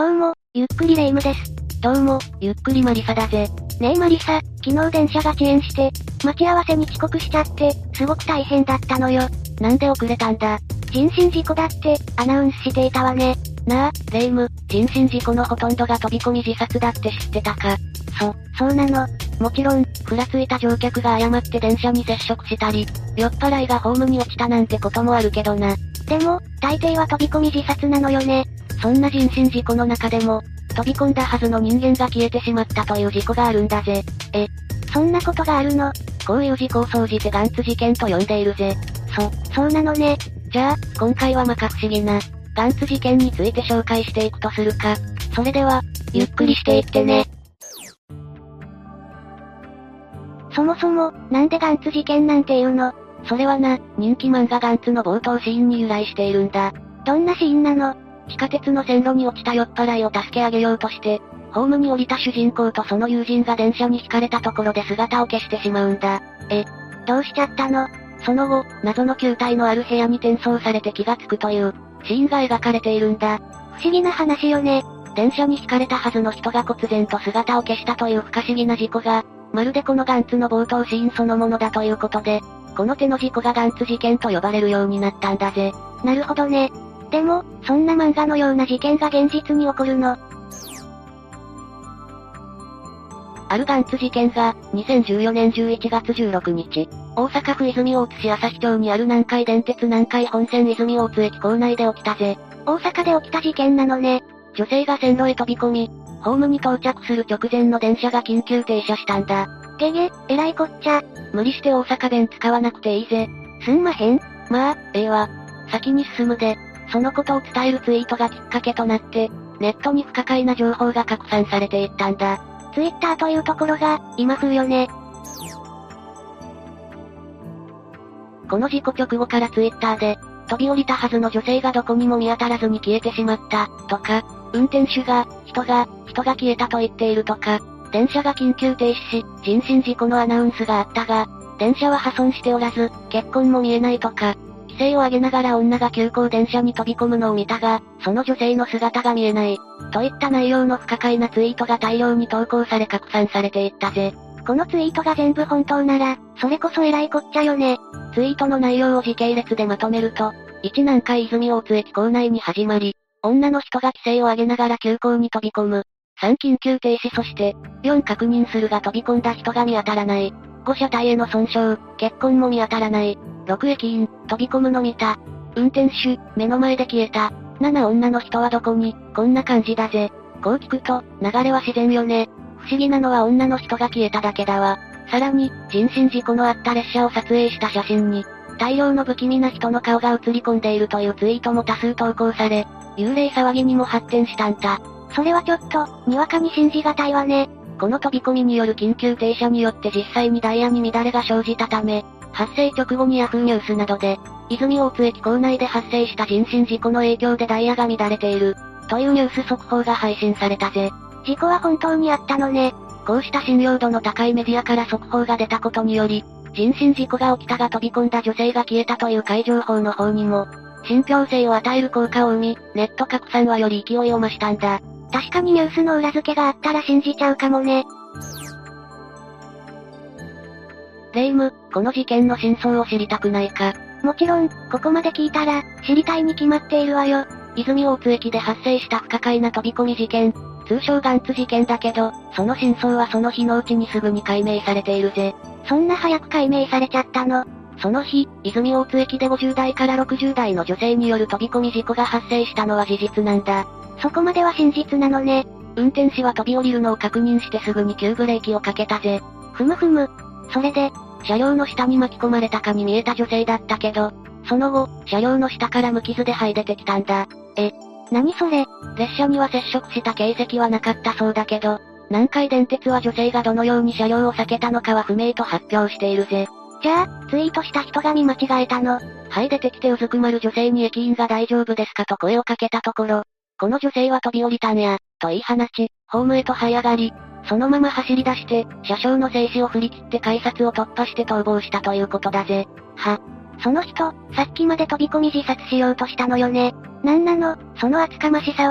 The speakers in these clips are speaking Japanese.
どうも、ゆっくりレ夢ムです。 どうも、ゆっくりマリサだぜ。 ねえマリサ、昨日電車が遅延して、待ち合わせに遅刻しちゃって、すごく大変だったのよ。 なんで遅れたんだ？ 人身事故だって、アナウンスしていたわね。 なあ、レ夢ム、人身事故のほとんどが飛び込み自殺だって知ってたか？ そうなの。 もちろん、ふらついた乗客が誤って電車に接触したり、酔っ払いがホームに落ちたなんてこともあるけどな。 でも、大抵は飛び込み自殺なのよね。 そんな人身事故の中でも、飛び込んだはずの人間が消えてしまったという事故があるんだぜ。 そんなことがあるの？ こういう事故を総じてガンツ事件と呼んでいるぜ。 そうなのね。 じゃあ、今回は摩訶不思議な、ガンツ事件について紹介していくとするか。それでは、ゆっくりしていってね。 そもそも、なんでガンツ事件なんていうの？ それはな、人気漫画ガンツの冒頭シーンに由来しているんだ。 どんなシーンなの？ 地下鉄の線路に落ちた酔っ払いを助け上げようとして、ホームに降りた主人公とその友人が電車にひかれたところで姿を消してしまうんだ。 どうしちゃったの？ その後、謎の球体のある部屋に転送されて気がつくという、シーンが描かれているんだ。 不思議な話よね。 電車にひかれたはずの人が忽然と姿を消したという不可思議な事故が、まるでこのガンツの冒頭シーンそのものだということで、この手の事故がガンツ事件と呼ばれるようになったんだぜ。 なるほどね。でも、そんな漫画のような事件が現実に起こるの？ あるガンツ事件が、2014年11月16日、大阪府泉大津市旭町にある南海電鉄南海本線泉大津駅構内で起きたぜ。 大阪で起きた事件なのね。 女性が線路へ飛び込み、ホームに到着する直前の電車が緊急停車したんだ。 えらいこっちゃ。 無理して大阪弁使わなくていいぜ。 すんまへん？ まあ、わ。先に進むで、そのことを伝えるツイートがきっかけとなって、ネットに不可解な情報が拡散されていったんだ。 ツイッターというところが、今風よね。 この事故直後からツイッターで、飛び降りたはずの女性がどこにも見当たらずに消えてしまった、とか、運転手が、人が消えたと言っているとか、電車が緊急停止し、人身事故のアナウンスがあったが、電車は破損しておらず、血痕も見えないとか、規制を上げながら女が急行電車に飛び込むのを見たが、その女性の姿が見えない。といった内容の不可解なツイートが大量に投稿され拡散されていったぜ。 このツイートが全部本当なら、それこそ偉いこっちゃよね。 ツイートの内容を時系列でまとめると、1南海泉大津駅構内に始まり、女の人が規制を上げながら急行に飛び込む。3緊急停止そして、4確認するが飛び込んだ人が見当たらない。5車体への損傷、血痕も見当たらない。6駅員、飛び込むの見た。運転手、目の前で消えた。7女の人はどこに、こんな感じだぜ。こう聞くと、流れは自然よね。不思議なのは女の人が消えただけだわ。さらに、人身事故のあった列車を撮影した写真に、大量の不気味な人の顔が映り込んでいるというツイートも多数投稿され、幽霊騒ぎにも発展したんだ。 それはちょっと、にわかに信じがたいわね。 この飛び込みによる緊急停車によって実際にダイヤに乱れが生じたため、発生直後にヤフーニュースなどで、泉大津駅構内で発生した人身事故の影響でダイヤが乱れている、というニュース速報が配信されたぜ。 事故は本当にあったのね。 こうした信用度の高いメディアから速報が出たことにより、人身事故が起きたが飛び込んだ女性が消えたという怪情報の方にも、信憑性を与える効果を生み、ネット拡散はより勢いを増したんだ。 確かにニュースの裏付けがあったら信じちゃうかもね。 レ夢ム、この事件の真相を知りたくないか？ もちろん、ここまで聞いたら、知りたいに決まっているわよ。 泉大津駅で発生した不可解な飛び込み事件、通称ガンツ事件だけど、その真相はその日のうちにすぐに解明されているぜ。 そんな早く解明されちゃったの？ その日、泉大津駅で50代から60代の女性による飛び込み事故が発生したのは事実なんだ。 そこまでは真実なのね。 運転士は飛び降りるのを確認してすぐに急ブレーキをかけたぜ。 ふむふむ。それで、 車両の下に巻き込まれたかに見えた女性だったけど、その後、車両の下から無傷で這い出てきたんだ。 何それ？ 列車には接触した形跡はなかったそうだけど、南海電鉄は女性がどのように車両を避けたのかは不明と発表しているぜ。 じゃあ、ツイートした人が見間違えたの？ はい出てきてうずくまる女性に駅員が大丈夫ですかと声をかけたところ、この女性は飛び降りたんや、と言い放ち、ホームへと這い上がり、そのまま走り出して、車掌の静止を振り切って改札を突破して逃亡したということだぜ。 その人、さっきまで飛び込み自殺しようとしたのよね。なんなの、その厚かましさは。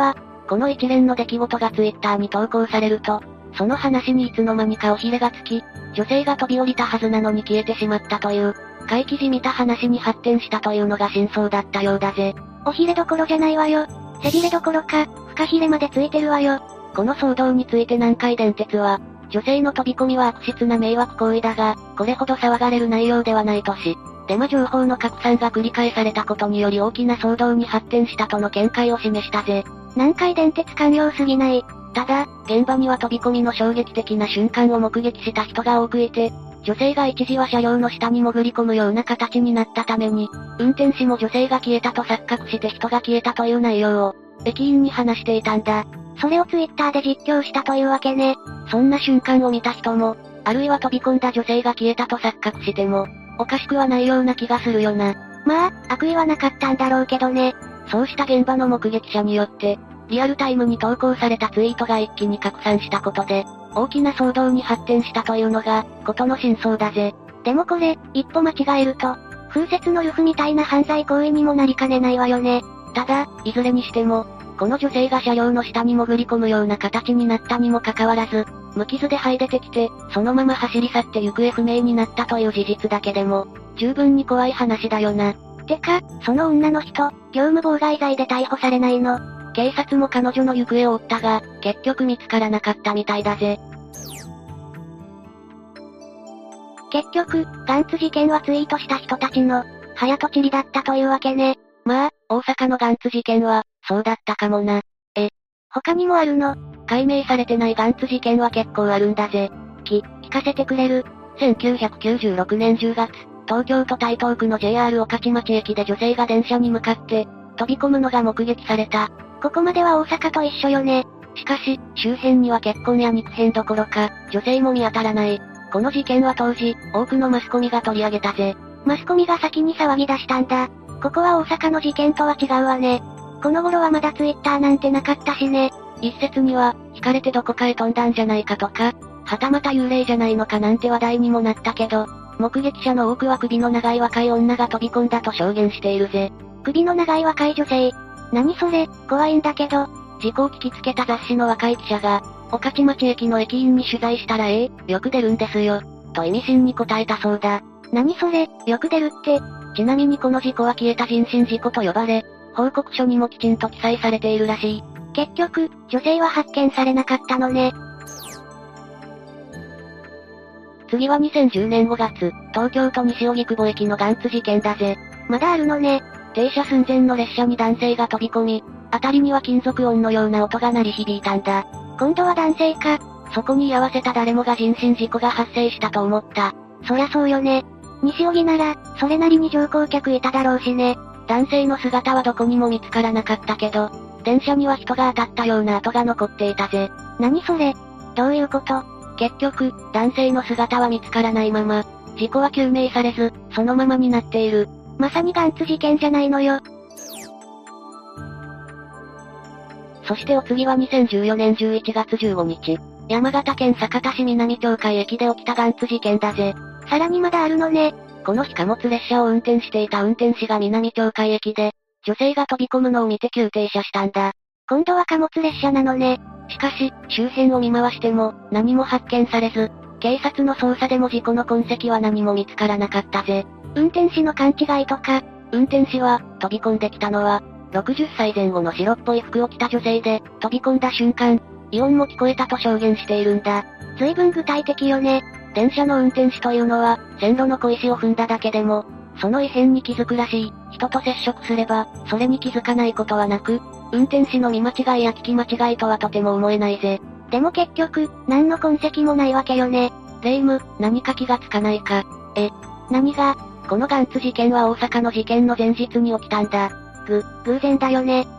この一連の出来事がツイッターに投稿されると、その話にいつの間にか尾ひれがつき、女性が飛び降りたはずなのに消えてしまったという、怪奇じみた話に発展したというのが真相だったようだぜ。 尾ひれどころじゃないわよ。背びれどころか、フカヒレまでついてるわよ。 この騒動について南海電鉄は、女性の飛び込みは悪質な迷惑行為だが、これほど騒がれる内容ではないとし、デマ情報の拡散が繰り返されたことにより大きな騒動に発展したとの見解を示したぜ。 南海電鉄官僚すぎない。 ただ、現場には飛び込みの衝撃的な瞬間を目撃した人が多くいて、女性が一時は車両の下に潜り込むような形になったために、運転士も女性が消えたと錯覚して人が消えたという内容を、駅員に話していたんだ。 それをツイッターで実況したというわけね。 そんな瞬間を見た人も、あるいは飛び込んだ女性が消えたと錯覚しても、おかしくはないような気がするよな。 まあ、悪意はなかったんだろうけどね。 そうした現場の目撃者によって、リアルタイムに投稿されたツイートが一気に拡散したことで、大きな騒動に発展したというのが、事の真相だぜ。 でもこれ、一歩間違えると、風雪のルフみたいな犯罪行為にもなりかねないわよね。 ただ、いずれにしても、この女性が車両の下に潜り込むような形になったにもかかわらず、無傷で這い出てきて、そのまま走り去って行方不明になったという事実だけでも、十分に怖い話だよな。 てか、その女の人、業務妨害罪で逮捕されないの？ 警察も彼女の行方を追ったが、結局見つからなかったみたいだぜ。 結局、ガンツ事件はツイートした人たちの、早とちりだったというわけね。 まあ、大阪のガンツ事件は、そうだったかもな。 他にもあるの？ 解明されてないガンツ事件は結構あるんだぜ。 聞かせてくれる？ 1996年10月、東京都台東区の JR 御徒町駅で女性が電車に向かって、飛び込むのが目撃された。 ここまでは大阪と一緒よね。 しかし、周辺には血痕や肉片どころか、女性も見当たらない。この事件は当時、多くのマスコミが取り上げたぜ。 マスコミが先に騒ぎ出したんだ。ここは大阪の事件とは違うわね。この頃はまだツイッターなんてなかったしね。 一説には、惹かれてどこかへ飛んだんじゃないかとか、はたまた幽霊じゃないのかなんて話題にもなったけど、目撃者の多くは首の長い若い女が飛び込んだと証言しているぜ。 首の長い若い女性。何それ、怖いんだけど。 事故を聞きつけた雑誌の若い記者が、御徒町駅の駅員に取材したらよく出るんですよ。と意味深に答えたそうだ。 何それ、よく出るって。 ちなみにこの事故は消えた人身事故と呼ばれ、報告書にもきちんと記載されているらしい。 結局、女性は発見されなかったのね。 次は2010年5月、東京都西荻窪駅のガンツ事件だぜ。 まだあるのね。 停車寸前の列車に男性が飛び込み、辺りには金属音のような音が鳴り響いたんだ。 今度は男性か。 そこに居合わせた誰もが人身事故が発生したと思った。 そりゃそうよね。西荻なら、それなりに乗降客いただろうしね。 男性の姿はどこにも見つからなかったけど、電車には人が当たったような跡が残っていたぜ。 何それ？どういうこと？ 結局、男性の姿は見つからないまま、事故は究明されず、そのままになっている。 まさにガンツ事件じゃないのよ。 そしてお次は2014年11月15日、山形県酒田市南町海駅で起きたガンツ事件だぜ。 さらにまだあるのね。 この日貨物列車を運転していた運転士が南町海駅で、女性が飛び込むのを見て急停車したんだ。 今度は貨物列車なのね。 しかし、周辺を見回しても、何も発見されず、警察の捜査でも事故の痕跡は何も見つからなかったぜ。 運転士の勘違いとか。 運転士は、飛び込んできたのは、60歳前後の白っぽい服を着た女性で、飛び込んだ瞬間、異音も聞こえたと証言しているんだ。 随分具体的よね。 電車の運転士というのは、線路の小石を踏んだだけでも、その異変に気づくらしい。人と接触すれば、それに気づかないことはなく、運転士の見間違いや聞き間違いとはとても思えないぜ。 でも結局、何の痕跡もないわけよね。 霊夢、何か気がつかないか。 何が？ このガンツ事件は大阪の事件の前日に起きたんだ。 偶然だよね。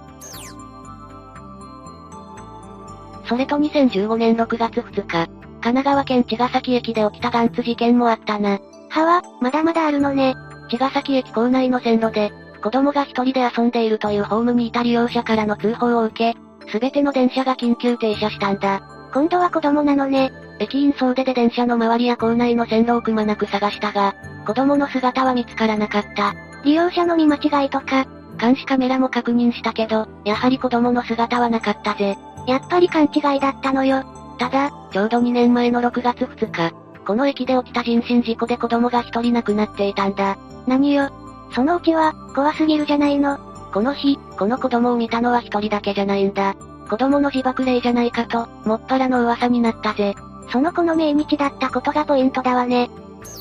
それと2015年6月2日、神奈川県茅ヶ崎駅で起きたガンツ事件もあったな。 まだまだあるのね。 茅ヶ崎駅構内の線路で、子供が一人で遊んでいるというホームにいた利用者からの通報を受け、すべての電車が緊急停車したんだ。 今度は子供なのね。 駅員総出で電車の周りや構内の線路をくまなく探したが、子供の姿は見つからなかった。 利用者の見間違いとか、 監視カメラも確認したけど、やはり子供の姿はなかったぜ。 やっぱり勘違いだったのよ。 ただ、ちょうど2年前の6月2日、この駅で起きた人身事故で子供が1人亡くなっていたんだ。 何よ。そのうちは、怖すぎるじゃないの。 この日、この子供を見たのは1人だけじゃないんだ。子供の自爆霊じゃないかと、もっぱらの噂になったぜ。 その子の命日だったことがポイントだわね。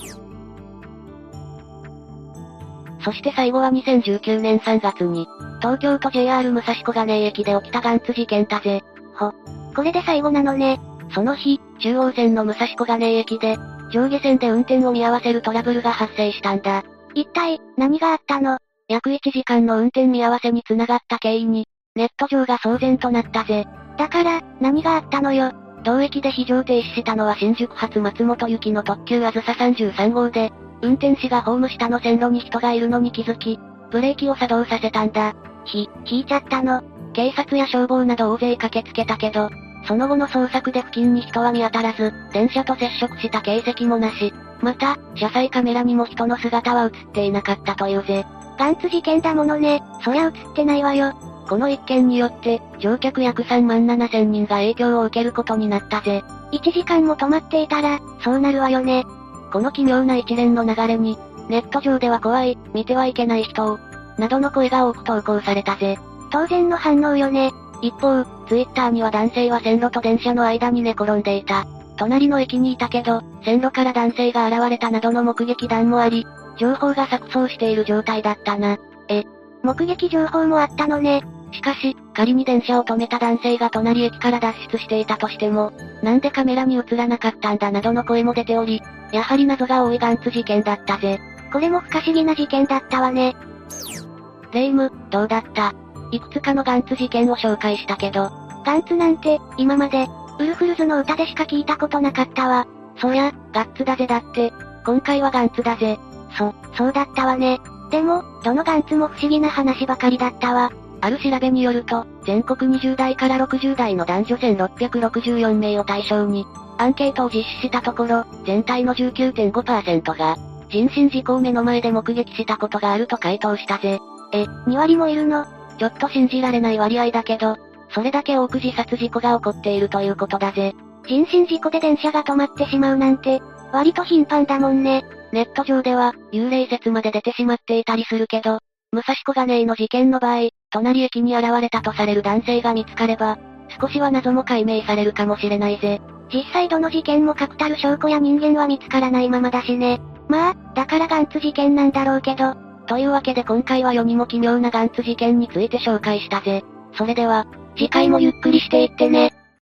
そして最後は2019年3月に、東京都 JR 武蔵小金井駅で起きたガンツ事件だぜ。 これで最後なのね。 その日、中央線の武蔵小金井駅で、上下線で運転を見合わせるトラブルが発生したんだ。 一体、何があったの？ 約1時間の運転見合わせに繋がった経緯に、ネット上が騒然となったぜ。 だから、何があったのよ。 同駅で非常停止したのは新宿発松本行きの特急あずさ33号で、運転士がホーム下の線路に人がいるのに気づき、ブレーキを作動させたんだ。 引いちゃったの。 警察や消防など大勢駆けつけたけど、その後の捜索で付近に人は見当たらず、電車と接触した形跡もなし。また、車載カメラにも人の姿は映っていなかったというぜ。 ガンツ事件だものね。そりゃ映ってないわよ。 この一件によって、乗客約3万7千人が影響を受けることになったぜ。 1時間も止まっていたら、そうなるわよね。 この奇妙な一連の流れに、ネット上では怖い、見てはいけない人を、などの声が多く投稿されたぜ。 当然の反応よね。 一方、ツイッターには男性は線路と電車の間に寝転んでいた。隣の駅にいたけど、線路から男性が現れたなどの目撃談もあり、情報が錯綜している状態だったな。 目撃情報もあったのね。 しかし、仮に電車を止めた男性が隣駅から脱出していたとしても、なんでカメラに映らなかったんだなどの声も出ており、やはり謎が多いガンツ事件だったぜ。 これも不可思議な事件だったわね。 レイム、どうだった？いくつかのガンツ事件を紹介したけど、 ガンツなんて、今まで、ウルフルズの歌でしか聞いたことなかったわ。 そりゃ、ガッツだぜだって、今回はガンツだぜ。 そうだったわね。でも、どのガンツも不思議な話ばかりだったわ。 ある調べによると、全国20代から60代の男女1664名を対象に、アンケートを実施したところ、全体の 19.5% が、人身事故を目の前で目撃したことがあると回答したぜ。 2割もいるの？ ちょっと信じられない割合だけど、それだけ多く自殺事故が起こっているということだぜ。 人身事故で電車が止まってしまうなんて、割と頻繁だもんね。 ネット上では、幽霊説まで出てしまっていたりするけど、武蔵小金井の事件の場合、隣駅に現れたとされる男性が見つかれば、少しは謎も解明されるかもしれないぜ。 実際どの事件も確たる証拠や人間は見つからないままだしね。まあ、だからガンツ事件なんだろうけど。 というわけで今回は世にも奇妙なガンツ事件について紹介したぜ。それでは、次回もゆっくりしていってね。